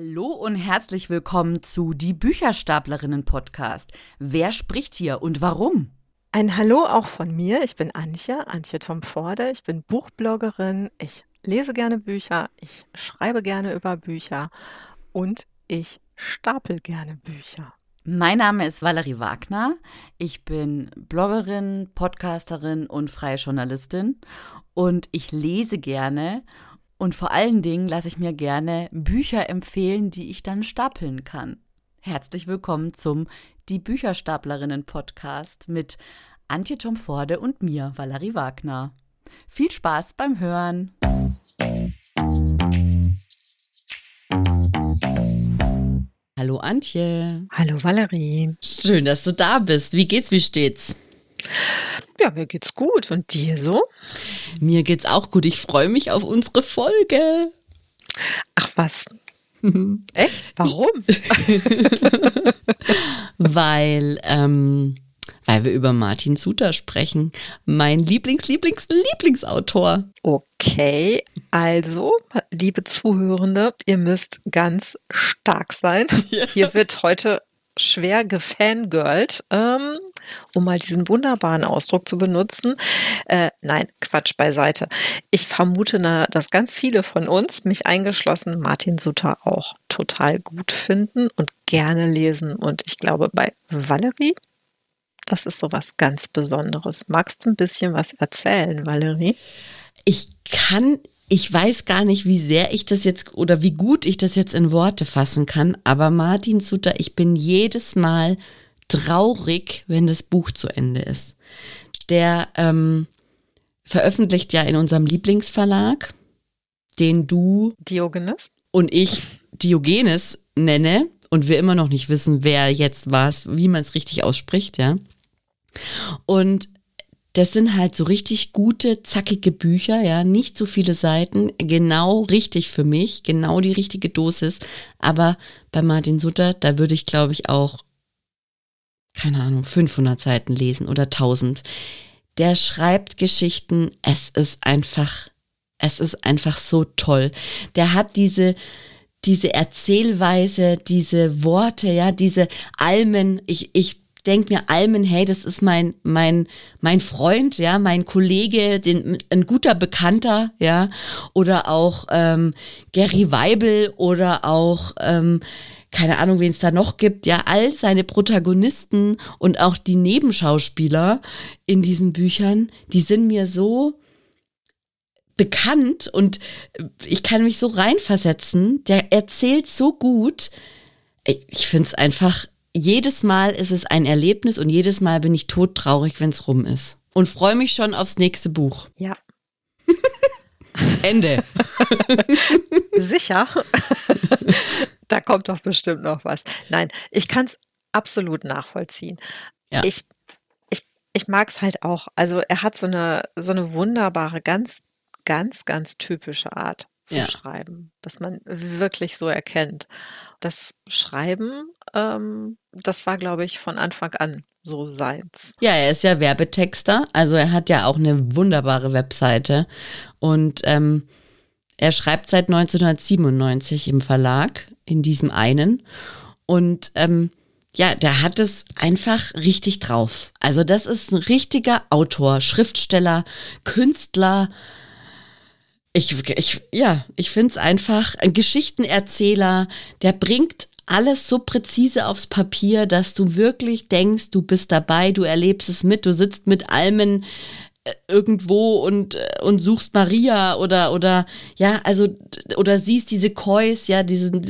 Hallo und herzlich willkommen zu Die Bücherstaplerinnen-Podcast. Wer spricht hier und warum? Ein Hallo auch von mir. Ich bin Antje Tom Voorde. Ich bin Buchbloggerin. Ich lese gerne Bücher. Ich schreibe gerne über Bücher und ich stapel gerne Bücher. Mein Name ist Valerie Wagner. Ich bin Bloggerin, Podcasterin und freie Journalistin. Und ich lese gerne und vor allen Dingen lasse ich mir gerne Bücher empfehlen, die ich dann stapeln kann. Herzlich willkommen zum Die Bücherstaplerinnen-Podcast mit Antje Tom Voorde und mir, Valerie Wagner. Viel Spaß beim Hören! Hallo Antje. Hallo Valerie. Schön, dass du da bist. Wie geht's, wie steht's? Ja, mir geht's gut. Und dir so? Mir geht's auch gut. Ich freue mich auf unsere Folge. Ach was? Echt? Warum? Weil wir über Martin Suter sprechen. Mein Lieblingsautor. Okay, also, liebe Zuhörende, ihr müsst ganz stark sein. Ja. Hier wird heute schwer gefangirlt, um mal diesen wunderbaren Ausdruck zu benutzen. Nein, Quatsch beiseite. Ich vermute, dass ganz viele von uns, mich eingeschlossen, Martin Suter auch total gut finden und gerne lesen. Und ich glaube, bei Valerie, das ist so was ganz Besonderes. Magst du ein bisschen was erzählen, Valerie? Ich weiß gar nicht, wie sehr ich das jetzt oder wie gut ich das jetzt in Worte fassen kann, aber Martin Suter, ich bin jedes Mal traurig, wenn das Buch zu Ende ist. Der veröffentlicht ja in unserem Lieblingsverlag, den du Diogenes und ich Diogenes nenne und wir immer noch nicht wissen, wer jetzt was, wie man es richtig ausspricht, ja. Und das sind halt so richtig gute, zackige Bücher, ja, nicht so viele Seiten, genau richtig für mich, genau die richtige Dosis. Aber bei Martin Suter, da würde ich, glaube ich, auch, keine Ahnung, 500 Seiten lesen oder 1000. Der schreibt Geschichten, es ist einfach so toll. Der hat diese Erzählweise, diese Worte, ja, diese Almen, ich denke mir Almen, hey, das ist mein Freund, ja, mein Kollege, ein guter Bekannter, ja, oder auch Gary Weibel oder auch keine Ahnung, wen es da noch gibt, ja, all seine Protagonisten und auch die Nebenschauspieler in diesen Büchern, die sind mir so bekannt und ich kann mich so reinversetzen. Der erzählt so gut. Ich finde es einfach, jedes Mal ist es ein Erlebnis und jedes Mal bin ich todtraurig, wenn es rum ist. Und freue mich schon aufs nächste Buch. Ja. Ende. Sicher? Da kommt doch bestimmt noch was. Nein, ich kann es absolut nachvollziehen. Ja. Ich mag es halt auch. Also er hat so eine wunderbare, ganz typische Art zu schreiben, was man wirklich so erkennt. Das Schreiben, das war, glaube ich, von Anfang an so seins. Ja, er ist ja Werbetexter, also er hat ja auch eine wunderbare Webseite und er schreibt seit 1997 im Verlag, in diesem einen und der hat es einfach richtig drauf. Also das ist ein richtiger Autor, Schriftsteller, Künstler. Ich finde es einfach ein Geschichtenerzähler, der bringt alles so präzise aufs Papier, dass du wirklich denkst, du bist dabei, du erlebst es mit, du sitzt mit Almen irgendwo und suchst Maria oder siehst diese Kois, ja,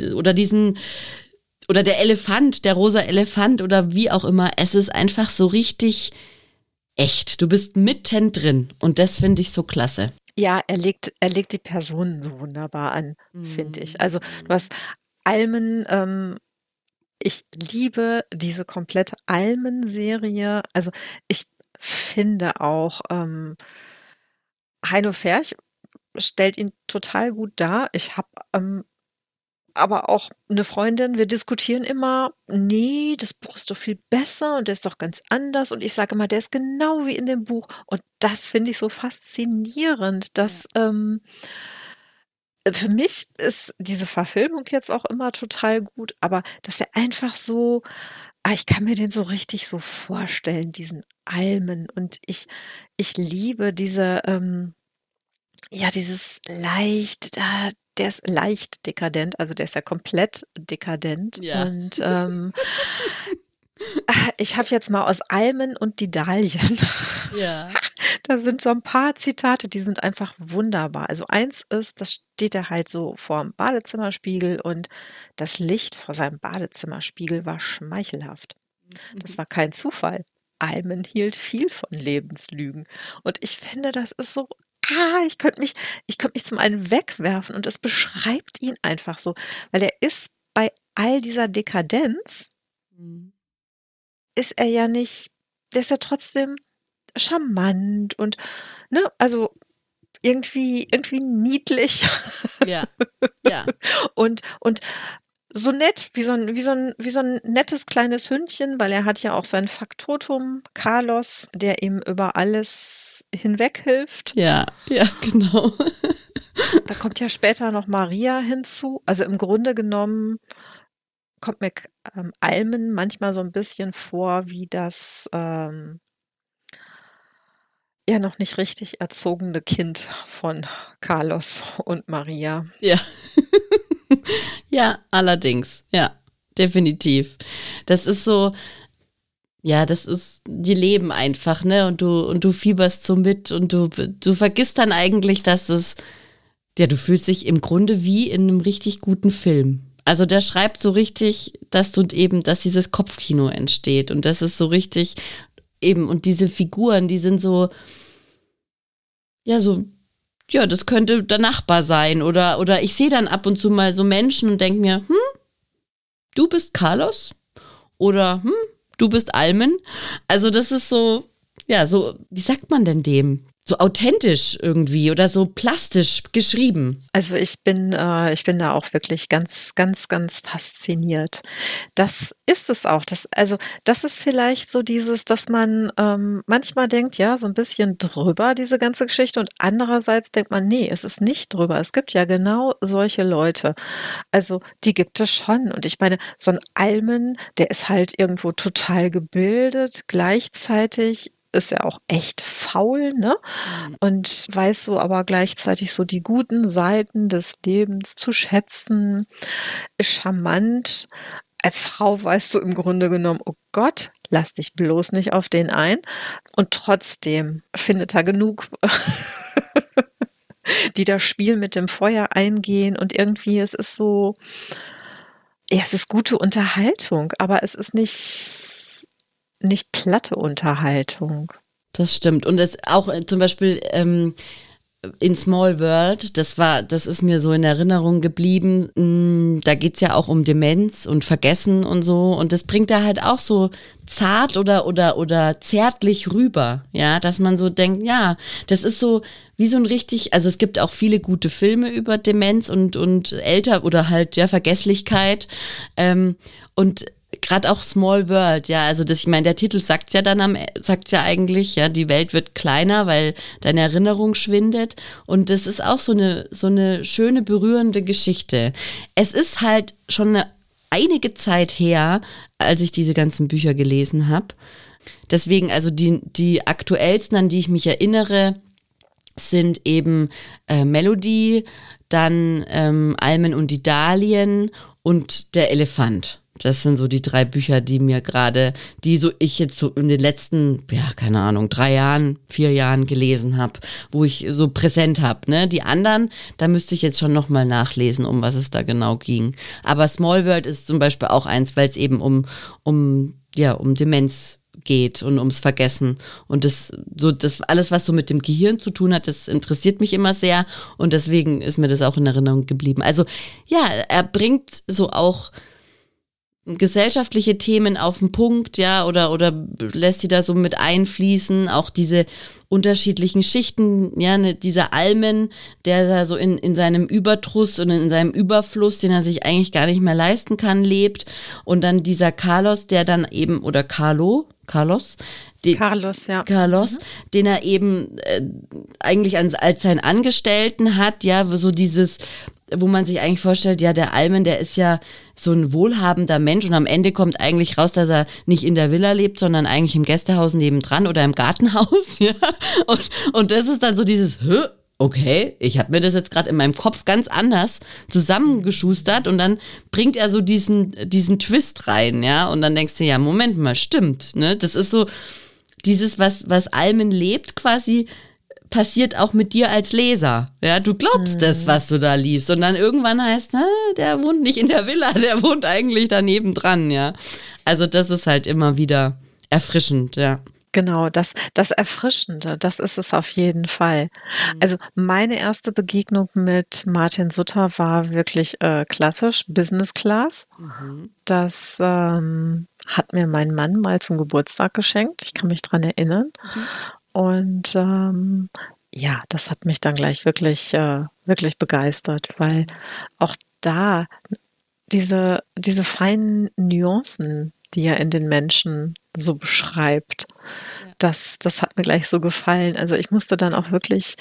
oder der Elefant, der rosa Elefant oder wie auch immer. Es ist einfach so richtig echt. Du bist mittendrin und das finde ich so klasse. Ja, er legt die Personen so wunderbar an, finde ich. Also du hast Almen, ich liebe diese komplette Almen-Serie. Also ich finde auch, Heino Ferch stellt ihn total gut dar. Ich habe aber auch eine Freundin, wir diskutieren immer, nee, das Buch ist doch viel besser und der ist doch ganz anders. Und ich sage immer, der ist genau wie in dem Buch. Und das finde ich so faszinierend, dass für mich ist diese Verfilmung jetzt auch immer total gut, aber dass er einfach so ich kann mir den so richtig so vorstellen, diesen Almen. Und ich liebe diese, ja, dieses leicht, der ist leicht dekadent, also der ist ja komplett dekadent. Ja. Und ich habe jetzt mal aus Almen und die Dahlien. Ja. Da sind so ein paar Zitate, die sind einfach wunderbar. Also eins ist, das steht er halt so vorm Badezimmerspiegel und das Licht vor seinem Badezimmerspiegel war schmeichelhaft. Das war kein Zufall. Almen hielt viel von Lebenslügen. Und ich finde, das ist so, ich könnte mich zum einen wegwerfen und es beschreibt ihn einfach so, weil er ist bei all dieser Dekadenz, Mhm. ist er ja nicht, der ist ja trotzdem charmant und, ne, also irgendwie niedlich Ja. Ja. und so nett, wie so ein nettes kleines Hündchen, weil er hat ja auch sein Faktotum Carlos, der ihm über alles hinweg hilft. Ja. Ja, genau. Da kommt ja später noch Maria hinzu. Also im Grunde genommen kommt mir Almen manchmal so ein bisschen vor wie das ja noch nicht richtig erzogene Kind von Carlos und Maria. Ja. Ja, allerdings. Ja, definitiv. Das ist so, ja, das ist, die leben einfach, ne? Und du fieberst so mit und du vergisst dann eigentlich, dass es, ja, du fühlst dich im Grunde wie in einem richtig guten Film. Also der schreibt so richtig, dass dieses Kopfkino entsteht und das ist so richtig eben, und diese Figuren, die sind so, ja, so, ja, das könnte der Nachbar sein oder ich sehe dann ab und zu mal so Menschen und denke mir, du bist Carlos oder du bist Almen. Also das ist so, ja, so, wie sagt man denn dem? So authentisch irgendwie oder so plastisch geschrieben. Also ich bin da auch wirklich ganz, ganz, ganz fasziniert. Das ist es auch. Das ist vielleicht so dieses, dass man manchmal denkt, ja, so ein bisschen drüber, diese ganze Geschichte, und andererseits denkt man, nee, es ist nicht drüber. Es gibt ja genau solche Leute. Also die gibt es schon. Und ich meine, so ein Almen, der ist halt irgendwo total gebildet, gleichzeitig ist er auch echt faul, ne? Und weiß so aber gleichzeitig so die guten Seiten des Lebens zu schätzen, ist charmant. Als Frau weißt du im Grunde genommen, oh Gott, lass dich bloß nicht auf den ein. Und trotzdem findet er genug, die das Spiel mit dem Feuer eingehen. Und irgendwie, es ist so, ja, es ist gute Unterhaltung, aber es ist nicht platte Unterhaltung. Das stimmt. Und es auch zum Beispiel in Small World, das ist mir so in Erinnerung geblieben. Da geht es ja auch um Demenz und Vergessen und so. Und das bringt er halt auch so zart oder zärtlich rüber. Ja, dass man so denkt, ja, das ist so wie so ein richtig, also es gibt auch viele gute Filme über Demenz und älter oder halt, ja, Vergesslichkeit. Und gerade auch Small World, ja, also ich meine, der Titel sagt ja eigentlich, ja, die Welt wird kleiner, weil deine Erinnerung schwindet, und das ist auch so eine schöne, berührende Geschichte. Es ist halt schon einige Zeit her, als ich diese ganzen Bücher gelesen habe. Deswegen, also die aktuellsten, an die ich mich erinnere, sind eben Melody, dann Almen und die Dahlien und der Elefant. Das sind so die 3 Bücher, ich jetzt so in den letzten, ja, keine Ahnung, 4 Jahren gelesen habe, wo ich so präsent habe, ne? Die anderen, da müsste ich jetzt schon nochmal nachlesen, um was es da genau ging. Aber Small World ist zum Beispiel auch eins, weil es eben um Demenz geht und ums Vergessen. Und das alles, was so mit dem Gehirn zu tun hat, das interessiert mich immer sehr. Und deswegen ist mir das auch in Erinnerung geblieben. Also ja, er bringt so auch gesellschaftliche Themen auf den Punkt, ja, oder lässt sie da so mit einfließen, auch diese unterschiedlichen Schichten, ja, dieser Almen, der da so in seinem Überdruss und in seinem Überfluss, den er sich eigentlich gar nicht mehr leisten kann, lebt, und dann dieser Carlos, der dann eben, oder Carlos, ja. Carlos, den er eben eigentlich als seinen Angestellten hat, ja, so dieses wo man sich eigentlich vorstellt, ja, der Almen, der ist ja so ein wohlhabender Mensch und am Ende kommt eigentlich raus, dass er nicht in der Villa lebt, sondern eigentlich im Gästehaus nebendran oder im Gartenhaus, ja. Und das ist dann so dieses, okay, ich habe mir das jetzt gerade in meinem Kopf ganz anders zusammengeschustert und dann bringt er so diesen Twist rein, ja, und dann denkst du, ja, Moment mal, stimmt, ne, das ist so dieses, was Almen lebt quasi, passiert auch mit dir als Leser, ja, du glaubst das, was du da liest und dann irgendwann heißt, der wohnt nicht in der Villa, der wohnt eigentlich daneben dran, ja, also das ist halt immer wieder erfrischend, ja. Genau, das Erfrischende, das ist es auf jeden Fall. Also meine erste Begegnung mit Martin Sutter war wirklich klassisch, Business Class. Das hat mir mein Mann mal zum Geburtstag geschenkt. Ich kann mich dran erinnern. Und ja, das hat mich dann gleich wirklich, wirklich begeistert, weil auch da diese feinen Nuancen, die er in den Menschen so beschreibt, das hat mir gleich so gefallen. Also ich musste dann auch wirklich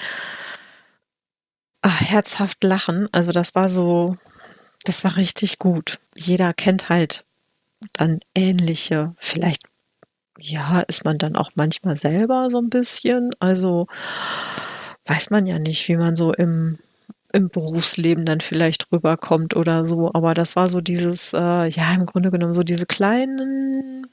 herzhaft lachen. Also das war richtig gut. Jeder kennt halt dann ähnliche, vielleicht, ja, ist man dann auch manchmal selber so ein bisschen. Also weiß man ja nicht, wie man so im Berufsleben dann vielleicht rüberkommt oder so. Aber das war so dieses, ja, im Grunde genommen so diese kleinen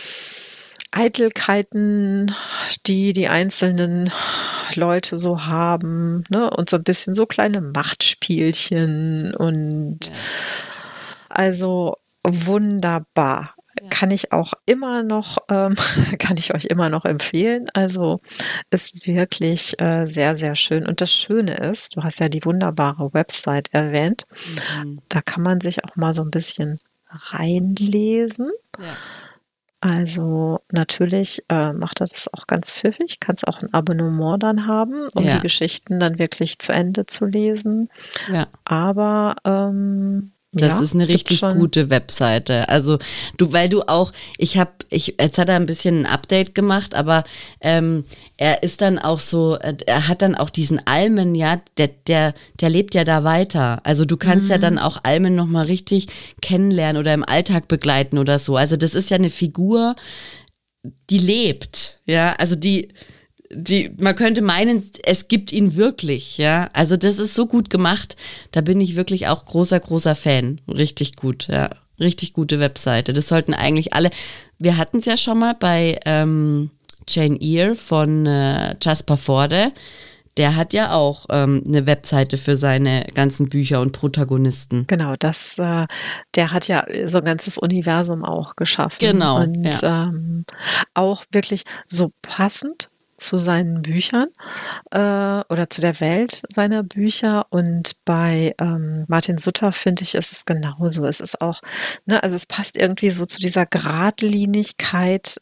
Eitelkeiten, die einzelnen Leute so haben, ne? Und so ein bisschen so kleine Machtspielchen und also wunderbar. Kann ich auch immer noch, kann ich euch immer noch empfehlen. Also ist wirklich sehr, sehr schön. Und das Schöne ist, du hast ja die wunderbare Website erwähnt, da kann man sich auch mal so ein bisschen reinlesen. Ja. Also natürlich macht er das auch ganz pfiffig, kannst auch ein Abonnement dann haben, um die Geschichten dann wirklich zu Ende zu lesen. Ja. Aber das ist eine richtig gute Webseite. Also jetzt hat er ein bisschen ein Update gemacht, aber er ist dann auch so, er hat dann auch diesen Almen, ja, der lebt ja da weiter. Also du kannst ja dann auch Almen nochmal richtig kennenlernen oder im Alltag begleiten oder so. Also das ist ja eine Figur, die lebt, ja, also man könnte meinen, es gibt ihn wirklich, ja. Also das ist so gut gemacht. Da bin ich wirklich auch großer, großer Fan. Richtig gut, ja. Richtig gute Webseite. Das sollten eigentlich alle, wir hatten es ja schon mal bei Jane Eyre von Jasper Forde. Der hat ja auch eine Webseite für seine ganzen Bücher und Protagonisten. Genau, der hat ja so ein ganzes Universum auch geschaffen. Genau. Und auch wirklich so passend zu seinen Büchern oder zu der Welt seiner Bücher. Und bei Martin Sutter finde ich, ist es genauso. Es ist auch, ne, also es passt irgendwie so zu dieser Geradlinigkeit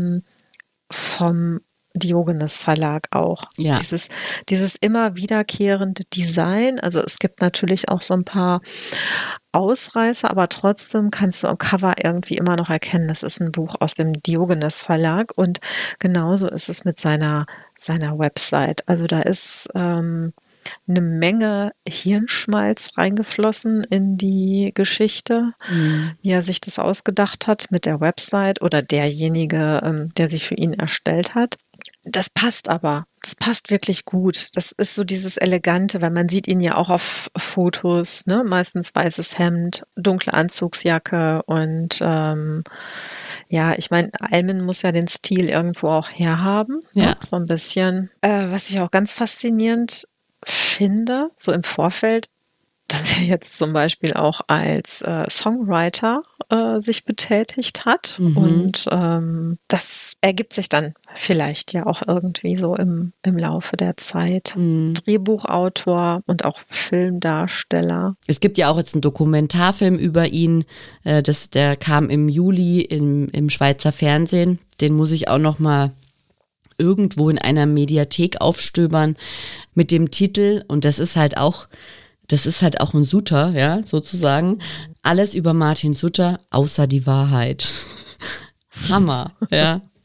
vom Diogenes Verlag auch. Ja. Dieses immer wiederkehrende Design. Also es gibt natürlich auch so ein paar Ausreißer, aber trotzdem kannst du am Cover irgendwie immer noch erkennen, das ist ein Buch aus dem Diogenes Verlag und genauso ist es mit seiner Website. Also da ist eine Menge Hirnschmalz reingeflossen in die Geschichte, wie er sich das ausgedacht hat mit der Website oder derjenige, der sie für ihn erstellt hat. Das passt aber. Das passt wirklich gut. Das ist so dieses Elegante, weil man sieht ihn ja auch auf Fotos, ne? Meistens weißes Hemd, dunkle Anzugsjacke und ja, ich meine, Almen muss ja den Stil irgendwo auch herhaben. Ja. Ne? So ein bisschen. Was ich auch ganz faszinierend finde, so im Vorfeld, dass er jetzt zum Beispiel auch als Songwriter sich betätigt hat. Und das ergibt sich dann vielleicht ja auch irgendwie so im Laufe der Zeit. Drehbuchautor und auch Filmdarsteller. Es gibt ja auch jetzt einen Dokumentarfilm über ihn. Der kam im Juli im Schweizer Fernsehen. Den muss ich auch noch mal irgendwo in einer Mediathek aufstöbern mit dem Titel. Und das ist halt auch ein Sutter, ja, sozusagen. Alles über Martin Sutter, außer die Wahrheit. Hammer, ja.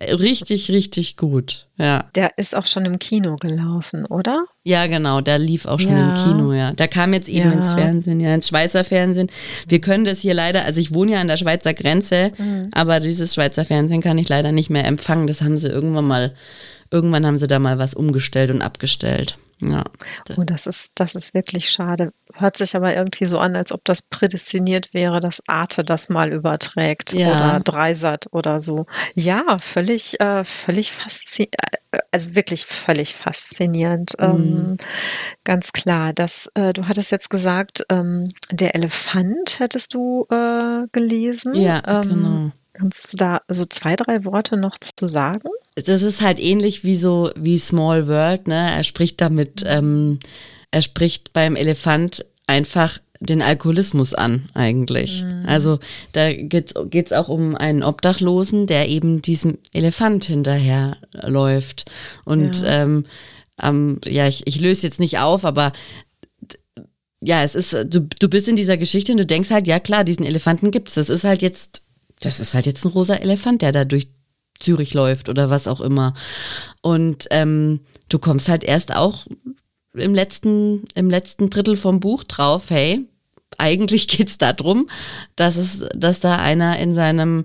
richtig, richtig gut. Ja. Der ist auch schon im Kino gelaufen, oder? Ja, genau, der lief auch schon im Kino, ja. Der kam jetzt eben ins Fernsehen, ja, ins Schweizer Fernsehen. Wir können das hier leider, also ich wohne ja an der Schweizer Grenze, aber dieses Schweizer Fernsehen kann ich leider nicht mehr empfangen. Das haben sie irgendwann haben sie da mal was umgestellt und abgestellt. Ja. Oh, das ist wirklich schade. Hört sich aber irgendwie so an, als ob das prädestiniert wäre, dass Arte das mal überträgt oder Dreisat oder so. Ja, völlig faszinierend, also wirklich völlig faszinierend. Ganz klar. Du hattest jetzt gesagt, der Elefant hättest du gelesen. Ja, genau. Kannst du da so 2, 3 Worte noch zu sagen? Das ist halt ähnlich wie Small World, ne? Er spricht beim Elefant einfach den Alkoholismus an, eigentlich. Also da geht's auch um einen Obdachlosen, der eben diesem Elefant hinterher läuft. Und ich löse jetzt nicht auf, aber ja, es ist, du bist in dieser Geschichte und du denkst halt, ja klar, diesen Elefanten gibt's. Das ist halt jetzt ein rosa Elefant, der da durch Zürich läuft oder was auch immer. Und du kommst halt erst auch im letzten Drittel vom Buch drauf, hey, eigentlich geht's darum, dass da einer in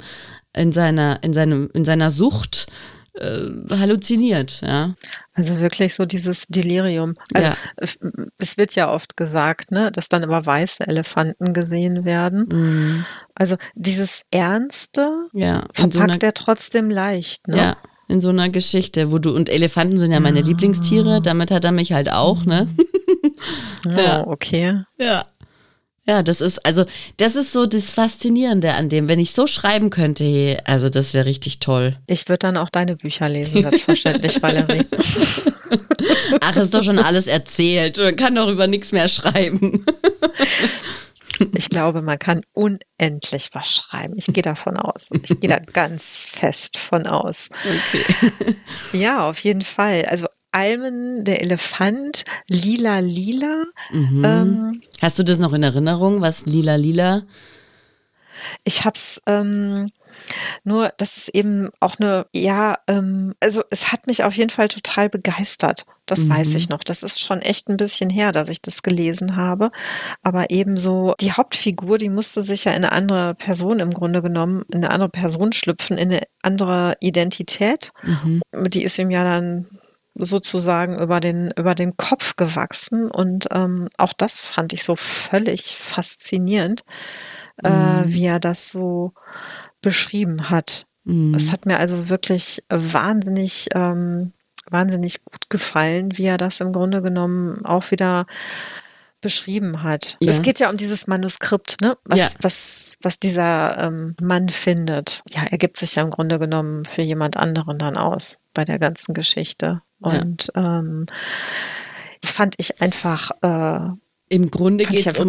seiner Sucht halluziniert, ja. Also wirklich so dieses Delirium. Also es wird ja oft gesagt, ne, dass dann immer weiße Elefanten gesehen werden. Also dieses Ernste verpackt er trotzdem leicht, ne? Ja, in so einer Geschichte, und Elefanten sind ja meine Lieblingstiere, damit hat er mich halt auch, ne? Oh, okay. Ja. Ja, das ist so das Faszinierende an dem. Wenn ich so schreiben könnte, hey, also das wäre richtig toll. Ich würde dann auch deine Bücher lesen, selbstverständlich, Valerie. Ach, ist doch schon alles erzählt. Man kann doch über nichts mehr schreiben. Ich glaube, man kann unendlich was schreiben. Ich gehe davon aus. Ich gehe da ganz fest von aus. Okay. Ja, auf jeden Fall. Also Almen, der Elefant, Lila Lila. Hast du das noch in Erinnerung, was Lila Lila? Ich hab's nur, das ist eben auch also es hat mich auf jeden Fall total begeistert. Das weiß ich noch. Das ist schon echt ein bisschen her, dass ich das gelesen habe. Aber ebenso die Hauptfigur, die musste sich ja in eine andere Person im Grunde genommen, in eine andere Person schlüpfen, in eine andere Identität. Die ist ihm ja dann sozusagen über den Kopf gewachsen. Und auch das fand ich so völlig faszinierend, wie er das so beschrieben hat. Es hat mir also wirklich wahnsinnig gut gefallen, wie er das im Grunde genommen auch wieder beschrieben hat. Ja. Es geht ja um dieses Manuskript, ne? Was dieser Mann findet. Ja, er gibt sich ja im Grunde genommen für jemand anderen dann aus bei der ganzen Geschichte. Und fand ich einfach im Grunde geht es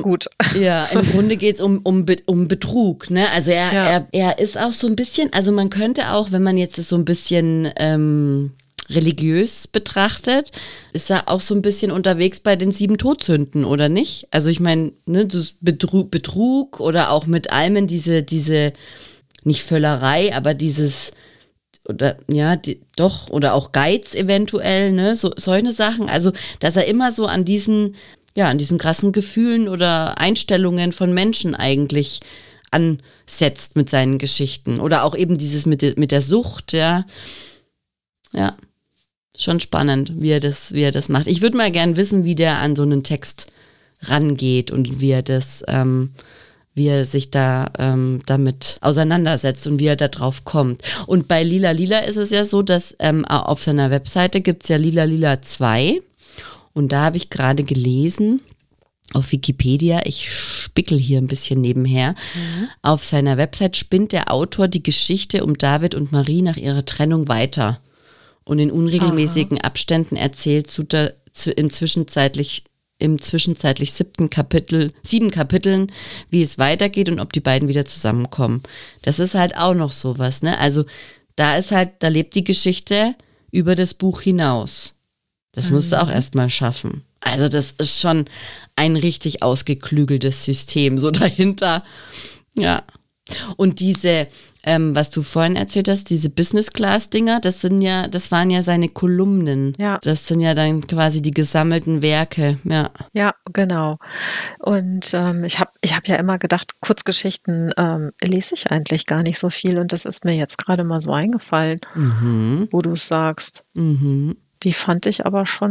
um Betrug, ne? Also er ist auch so ein bisschen, also man könnte auch, wenn man jetzt so ein bisschen religiös betrachtet, ist er auch so ein bisschen unterwegs bei den 7 Todsünden, oder nicht? Also ich meine, ne, das Betrug oder auch mit Almen diese nicht Völlerei, aber dieses oder oder auch Geiz eventuell, ne, so solche Sachen. Also dass er immer so an diesen krassen Gefühlen oder Einstellungen von Menschen eigentlich ansetzt mit seinen Geschichten. Oder auch eben dieses mit der Sucht, ja. Ja, schon spannend, wie er das macht. Ich würde mal gern wissen, wie der an so einen Text rangeht und wie er sich da damit auseinandersetzt und wie er da drauf kommt. Und bei Lila Lila ist es ja so, dass auf seiner Webseite gibt es ja Lila Lila 2. Und da habe ich gerade gelesen, auf Wikipedia, ich spickel hier ein bisschen nebenher, auf seiner Website spinnt der Autor die Geschichte um David und Marie nach ihrer Trennung weiter. Und in unregelmäßigen Abständen erzählt Suter im zwischenzeitlich 7 Kapiteln, wie es weitergeht und ob die beiden wieder zusammenkommen. Das ist halt auch noch sowas, ne? Also da lebt die Geschichte über das Buch hinaus. Das musst du auch erstmal schaffen. Also das ist schon ein richtig ausgeklügeltes System so dahinter. Ja. Und diese was du vorhin erzählt hast, diese Business-Class-Dinger, das waren ja seine Kolumnen. Ja. Das sind ja dann quasi die gesammelten Werke, ja. Ja, genau. Und ich hab ja immer gedacht, Kurzgeschichten lese ich eigentlich gar nicht so viel. Und das ist mir jetzt gerade mal so eingefallen, wo du es sagst. Die fand ich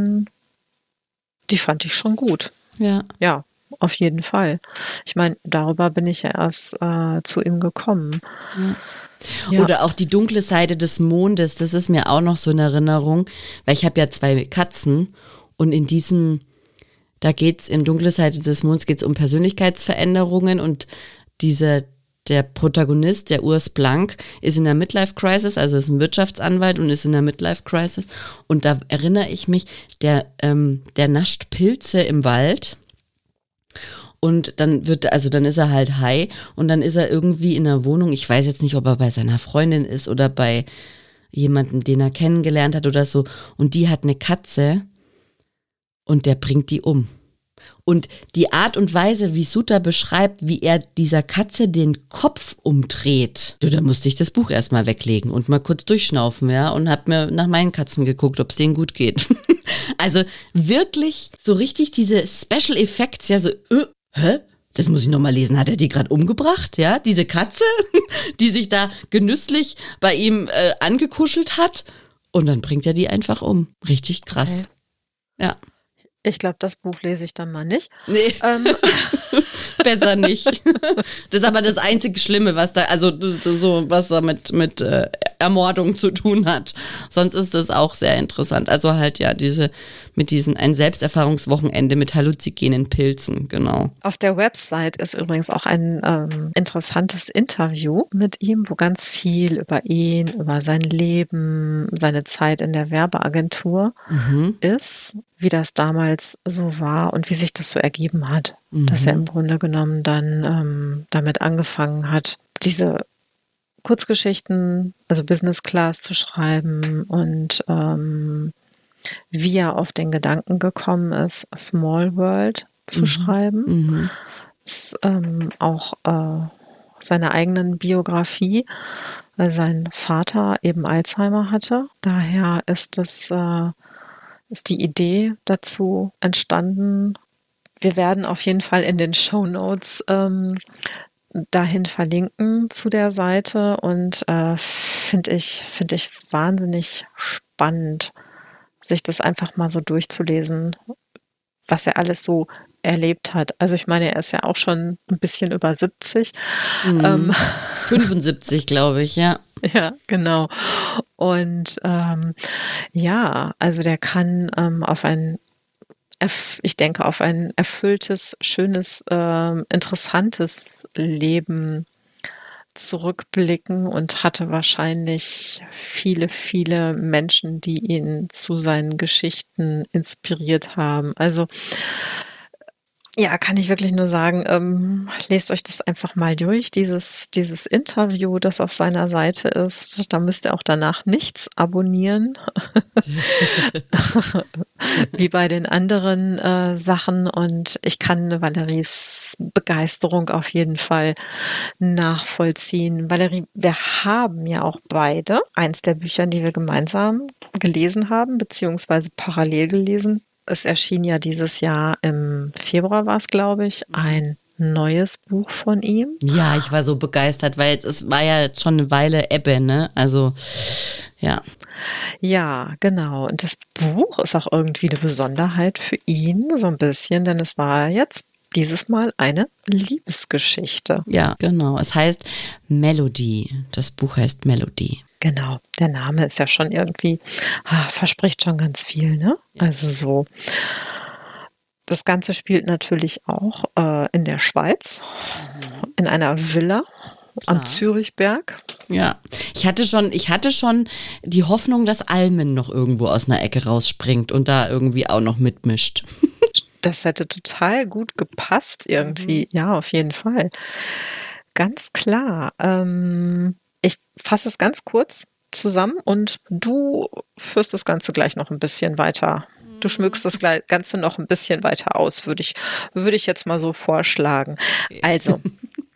schon gut. Ja. Ja, auf jeden Fall. Ich meine, darüber bin ich ja erst zu ihm gekommen. Ja. Oder auch die dunkle Seite des Mondes, das ist mir auch noch so in Erinnerung, weil ich habe ja 2 Katzen und in diesem, da geht es in dunkle Seite des Mondes geht's um Persönlichkeitsveränderungen und der Protagonist, der Urs Blank, ist in der Midlife-Crisis, also ist ein Wirtschaftsanwalt und ist in der Midlife-Crisis und da erinnere ich mich, der nascht Pilze im Wald. Und dann ist er halt high und dann ist er irgendwie in einer Wohnung. Ich weiß jetzt nicht, ob er bei seiner Freundin ist oder bei jemandem, den er kennengelernt hat oder so. Und die hat eine Katze und der bringt die um. Und die Art und Weise, wie Suter beschreibt, wie er dieser Katze den Kopf umdreht, da musste ich das Buch erstmal weglegen und mal kurz durchschnaufen, ja, und hab mir nach meinen Katzen geguckt, ob es denen gut geht. Also wirklich so richtig diese Special Effects, ja, so, hä? Das muss ich nochmal lesen. Hat er die gerade umgebracht? Ja, diese Katze, die sich da genüsslich bei ihm angekuschelt hat und dann bringt er die einfach um. Richtig krass. Okay. Ja. Ich glaube, das Buch lese ich dann mal nicht. Nee, besser nicht. Das ist aber das einzig Schlimme, was da, also so was da mit Ermordung zu tun hat. Sonst ist das auch sehr interessant. Also halt ja ein Selbsterfahrungswochenende mit halluzinogenen Pilzen, genau. Auf der Website ist übrigens auch ein interessantes Interview mit ihm, wo ganz viel über ihn, über sein Leben, seine Zeit in der Werbeagentur ist, wie das damals so war und wie sich das so ergeben hat, dass er im Grunde genommen dann damit angefangen hat, diese Kurzgeschichten, also Business Class zu schreiben und wie er auf den Gedanken gekommen ist, Small World zu schreiben. Das ist auch seiner eigenen Biografie, weil sein Vater eben Alzheimer hatte. Daher ist die Idee dazu entstanden. Wir werden auf jeden Fall in den Shownotes dahin verlinken zu der Seite und finde ich wahnsinnig spannend, sich das einfach mal so durchzulesen, was er alles so erlebt hat. Also ich meine, er ist ja auch schon ein bisschen über 70. 75, glaube ich, ja. Ja, genau. Und ja, also der kann auf ein erfülltes, schönes, interessantes Leben zurückblicken und hatte wahrscheinlich viele, viele Menschen, die ihn zu seinen Geschichten inspiriert haben. Also ja, kann ich wirklich nur sagen, lest euch das einfach mal durch, dieses Interview, das auf seiner Seite ist. Da müsst ihr auch danach nichts abonnieren, wie bei den anderen Sachen. Und ich kann Valeries Begeisterung auf jeden Fall nachvollziehen. Valerie, wir haben ja auch beide eins der Bücher, die wir gemeinsam gelesen haben, beziehungsweise parallel gelesen. Es erschien ja dieses Jahr im Februar, war es, glaube ich, ein neues Buch von ihm. Ja, ich war so begeistert, weil es war ja jetzt schon eine Weile Ebbe, ne? Also, ja. Ja, genau. Und das Buch ist auch irgendwie eine Besonderheit für ihn, so ein bisschen, denn es war jetzt dieses Mal eine Liebesgeschichte. Ja, genau. Es heißt Melody. Das Buch heißt Melody. Genau, der Name ist ja schon irgendwie, verspricht schon ganz viel, ne? Ja. Also so. Das Ganze spielt natürlich auch in der Schweiz, in einer Villa am Zürichberg. Ja, ich hatte schon die Hoffnung, dass Almen noch irgendwo aus einer Ecke rausspringt und da irgendwie auch noch mitmischt. Das hätte total gut gepasst irgendwie. Ja, auf jeden Fall. Ganz klar. Ich fasse es ganz kurz zusammen und du führst das Ganze gleich noch ein bisschen weiter. Du schmückst das Ganze noch ein bisschen weiter aus, würde ich jetzt mal so vorschlagen. Okay. Also,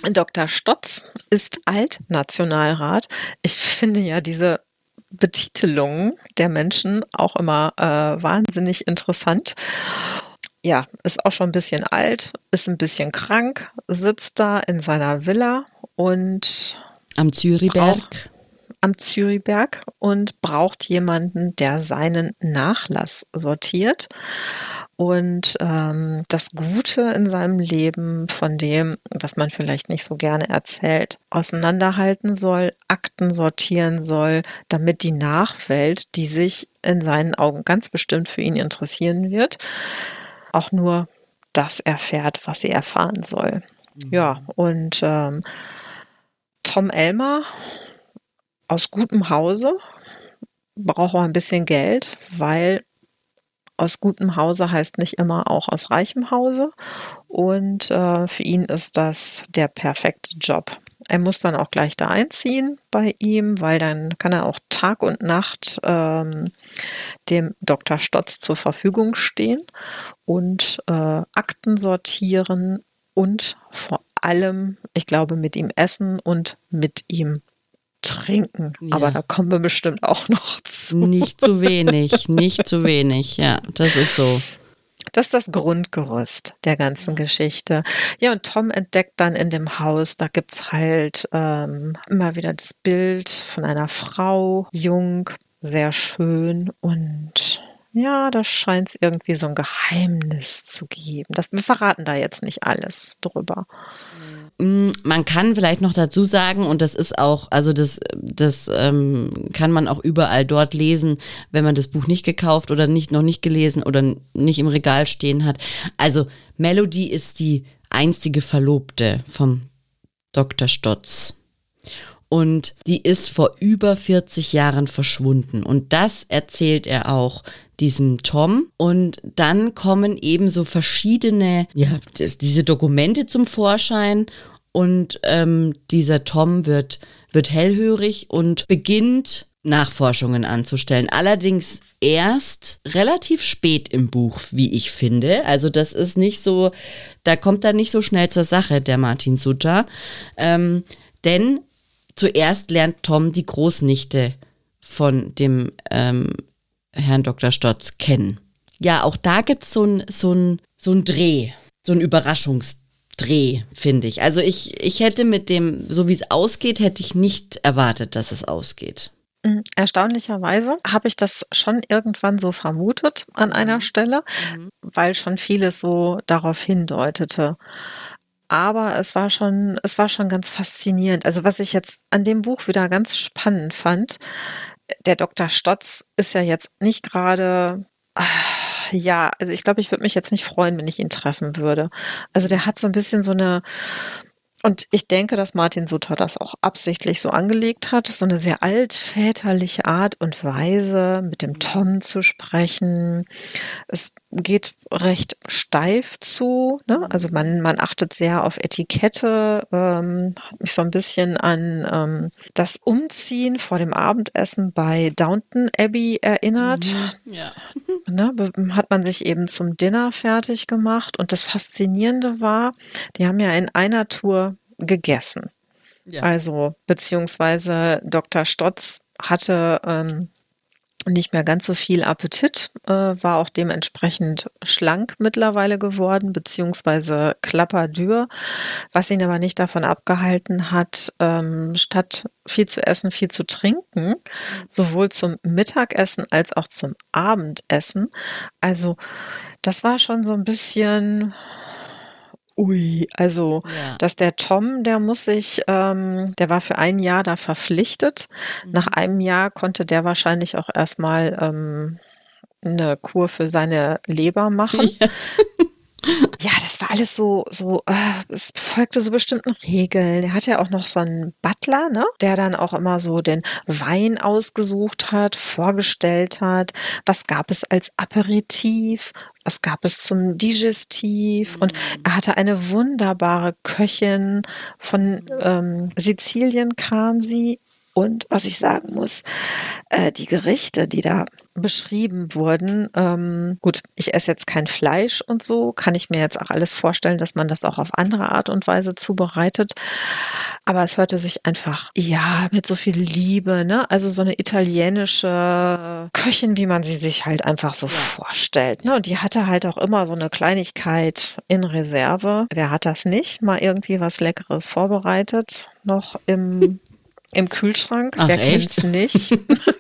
Dr. Stotz ist Altnationalrat. Ich finde ja diese Betitelungen der Menschen auch immer wahnsinnig interessant. Ja, ist auch schon ein bisschen alt, ist ein bisschen krank, sitzt da in seiner Villa und Am Zürichberg. am Zürichberg und braucht jemanden, der seinen Nachlass sortiert und das Gute in seinem Leben von dem, was man vielleicht nicht so gerne erzählt, auseinanderhalten soll, Akten sortieren soll, damit die Nachwelt, die sich in seinen Augen ganz bestimmt für ihn interessieren wird, auch nur das erfährt, was sie erfahren soll. Ja, und Tom Elmer aus gutem Hause braucht auch ein bisschen Geld, weil aus gutem Hause heißt nicht immer auch aus reichem Hause. Und für ihn ist das der perfekte Job. Er muss dann auch gleich da einziehen bei ihm, weil dann kann er auch Tag und Nacht dem Dr. Stotz zur Verfügung stehen und Akten sortieren und vor allem, ich glaube, mit ihm essen und mit ihm trinken. Ja. Aber da kommen wir bestimmt auch noch zu. Nicht zu wenig, ja, das ist so. Das ist das Grundgerüst der ganzen Geschichte. Ja, und Tom entdeckt dann in dem Haus, da gibt's halt immer wieder das Bild von einer Frau, jung, sehr schön und ja, da scheint es irgendwie so ein Geheimnis zu geben. Wir verraten da jetzt nicht alles drüber. Man kann vielleicht noch dazu sagen, und das ist auch, also das kann man auch überall dort lesen, wenn man das Buch nicht gekauft oder noch nicht gelesen oder nicht im Regal stehen hat. Also Melody ist die einstige Verlobte vom Dr. Stotz. Und die ist vor über 40 Jahren verschwunden. Und das erzählt er auch diesem Tom. Und dann kommen eben so verschiedene, diese Dokumente zum Vorschein. Und dieser Tom wird hellhörig und beginnt Nachforschungen anzustellen. Allerdings erst relativ spät im Buch, wie ich finde. Also das ist nicht so, da kommt er nicht so schnell zur Sache, der Martin Suter. Denn zuerst lernt Tom die Großnichte von dem Herrn Dr. Stotz kennen. Ja, auch da gibt es so ein Dreh, so ein Überraschungsdreh, finde ich. Also ich hätte mit dem, so wie es ausgeht, hätte ich nicht erwartet, dass es ausgeht. Erstaunlicherweise habe ich das schon irgendwann so vermutet an einer Stelle, weil schon vieles so darauf hindeutete. Aber es war schon ganz faszinierend. Also was ich jetzt an dem Buch wieder ganz spannend fand, der Dr. Stotz ist ja jetzt nicht gerade, also ich glaube, ich würde mich jetzt nicht freuen, wenn ich ihn treffen würde. Also der hat so ein bisschen so eine, und ich denke, dass Martin Suter das auch absichtlich so angelegt hat, so eine sehr altväterliche Art und Weise, mit dem Tom zu sprechen. Es geht recht steif zu, ne? Also man achtet sehr auf Etikette, hat mich so ein bisschen an das Umziehen vor dem Abendessen bei Downton Abbey erinnert. Ja. Ne? Hat man sich eben zum Dinner fertig gemacht und das Faszinierende war, die haben ja in einer Tour gegessen. Ja. Also beziehungsweise Dr. Stotz hatte nicht mehr ganz so viel Appetit, war auch dementsprechend schlank mittlerweile geworden, beziehungsweise klapperdürr, was ihn aber nicht davon abgehalten hat, statt viel zu essen, viel zu trinken, sowohl zum Mittagessen als auch zum Abendessen. Also das war schon so ein bisschen... also, dass der Tom, der war für ein Jahr da verpflichtet. Nach einem Jahr konnte der wahrscheinlich auch erstmal eine Kur für seine Leber machen. Ja. Ja, das war alles so, es folgte so bestimmten Regeln. Er hat ja auch noch so einen Butler, ne, der dann auch immer so den Wein ausgesucht hat, vorgestellt hat. Was gab es als Aperitif? Was gab es zum Digestiv? Und er hatte eine wunderbare Köchin. Von Sizilien kam sie. Und was ich sagen muss, die Gerichte, die da beschrieben wurden. Gut, ich esse jetzt kein Fleisch und so, kann ich mir jetzt auch alles vorstellen, dass man das auch auf andere Art und Weise zubereitet. Aber es hörte sich einfach, ja, mit so viel Liebe, ne? Also so eine italienische Köchin, wie man sie sich halt einfach so vorstellt, ne? Und die hatte halt auch immer so eine Kleinigkeit in Reserve. Wer hat das nicht? Mal irgendwie was Leckeres vorbereitet, noch im Kühlschrank. Ach, Wer echt? kennt's nicht?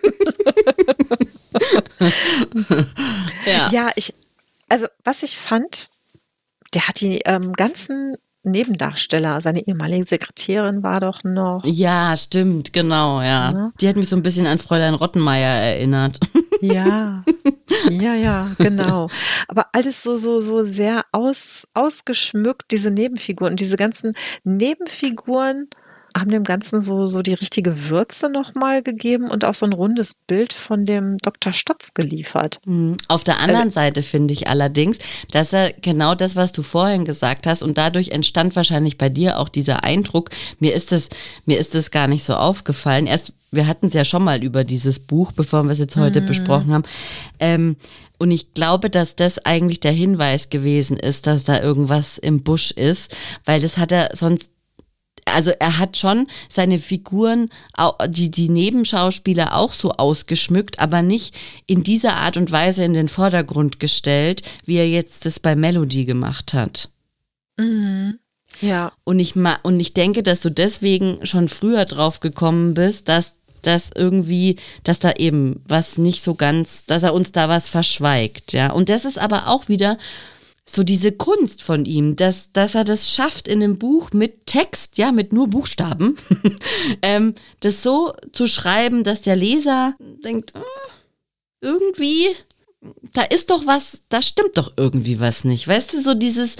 Ja. Ja, also was ich fand, der hat die ganzen Nebendarsteller, seine ehemalige Sekretärin war doch noch. Ja, stimmt, genau, ja. Ne? Die hat mich so ein bisschen an Fräulein Rottenmeier erinnert. Ja, ja, genau. Aber alles so sehr ausgeschmückt, diese Nebenfiguren. Und diese ganzen Nebenfiguren haben dem Ganzen so die richtige Würze nochmal gegeben und auch so ein rundes Bild von dem Dr. Stotz geliefert. Auf der anderen Seite finde ich allerdings, dass er genau das, was du vorhin gesagt hast, und dadurch entstand wahrscheinlich bei dir auch dieser Eindruck, mir ist es gar nicht so aufgefallen. Wir hatten es ja schon mal über dieses Buch, bevor wir es jetzt heute besprochen haben. Und ich glaube, dass das eigentlich der Hinweis gewesen ist, dass da irgendwas im Busch ist, weil das hat er sonst. Also er hat schon seine Figuren, die Nebenschauspieler auch so ausgeschmückt, aber nicht in dieser Art und Weise in den Vordergrund gestellt, wie er jetzt das bei Melody gemacht hat. Mhm. Ja. Und ich denke, dass du deswegen schon früher drauf gekommen bist, dass da eben was nicht so ganz, dass er uns da was verschweigt, ja. Und das ist aber auch wieder so diese Kunst von ihm, dass er das schafft in einem Buch mit Text, ja, mit nur Buchstaben, das so zu schreiben, dass der Leser denkt, irgendwie, da ist doch was, da stimmt doch irgendwie was nicht. Weißt du, so dieses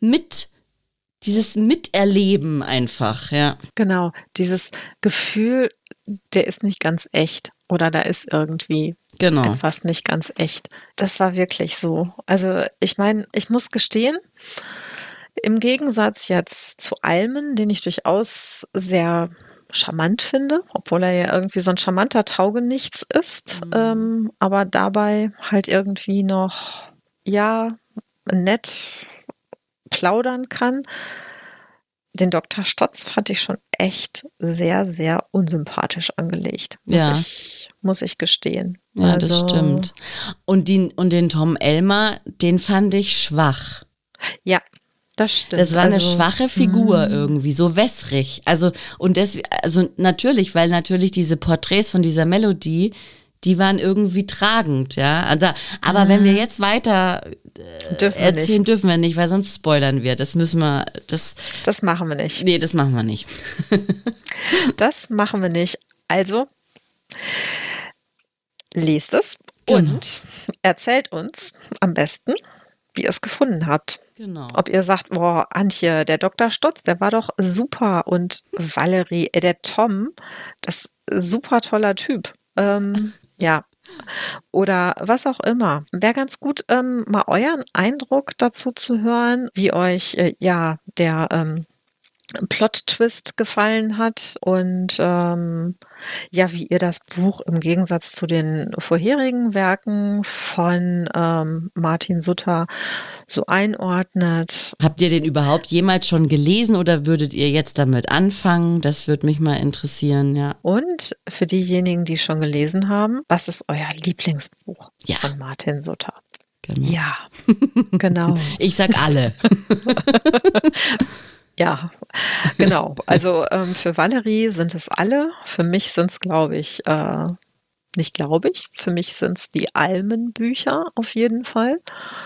Miterleben einfach, ja. Genau, dieses Gefühl, der ist nicht ganz echt oder da ist irgendwie etwas nicht ganz echt. Das war wirklich so. Also ich meine, ich muss gestehen, im Gegensatz jetzt zu Almen, den ich durchaus sehr charmant finde, obwohl er ja irgendwie so ein charmanter Taugenichts ist, aber dabei halt irgendwie noch, ja, nett plaudern kann. Den Dr. Stotz fand ich schon echt sehr, sehr unsympathisch angelegt, muss ich gestehen. Ja, das stimmt. Und den Tom Elmer, den fand ich schwach. Ja, das stimmt. Das war eine schwache Figur irgendwie, so wässrig. Also natürlich, weil natürlich diese Porträts von dieser Melodie, die waren irgendwie tragend, ja. Aber wenn wir jetzt weiter erzählen, dürfen wir nicht, weil sonst spoilern wir. Das machen wir nicht. Nee, das machen wir nicht. Das machen wir nicht. Also, lest es und erzählt uns am besten, wie ihr es gefunden habt. Genau. Ob ihr sagt, boah, Antje, der Dr. Stotz, der war doch super und Valerie, der Tom, das ist super toller Typ. Ja. Oder was auch immer. Wäre ganz gut, mal euren Eindruck dazu zu hören, wie euch der Plot-Twist gefallen hat und wie ihr das Buch im Gegensatz zu den vorherigen Werken von Martin Sutter so einordnet. Habt ihr den überhaupt jemals schon gelesen oder würdet ihr jetzt damit anfangen? Das würde mich mal interessieren, ja. Und für diejenigen, die schon gelesen haben, was ist euer Lieblingsbuch von Martin Sutter? Genau. Ja, genau. Ich sag alle. Ja, genau. Also für Valerie sind es alle. Für mich sind es, für mich sind es die Almenbücher auf jeden Fall.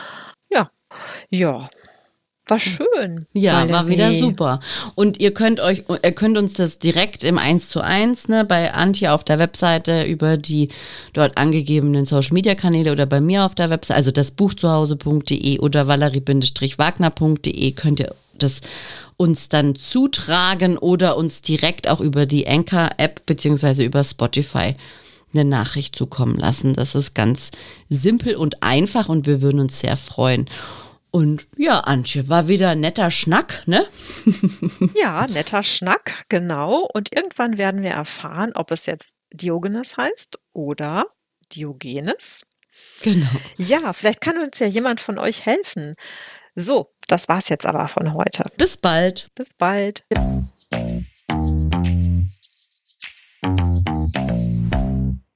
Ja, war schön. Ja, Valerie. war wieder super. Und ihr könnt uns das direkt im 1:1, bei Antje auf der Webseite über die dort angegebenen Social-Media-Kanäle oder bei mir auf der Webseite, also das Buchzuhause.de oder valerie-wagner.de könnt ihr das uns dann zutragen oder uns direkt auch über die Anchor-App beziehungsweise über Spotify eine Nachricht zukommen lassen. Das ist ganz simpel und einfach und wir würden uns sehr freuen. Und ja, Antje, war wieder ein netter Schnack, ne? Ja, netter Schnack, genau. Und irgendwann werden wir erfahren, ob es jetzt Diogenes heißt oder Diogenes. Genau. Ja, vielleicht kann uns ja jemand von euch helfen. So, das war's jetzt aber von heute. Bis bald. Bis bald.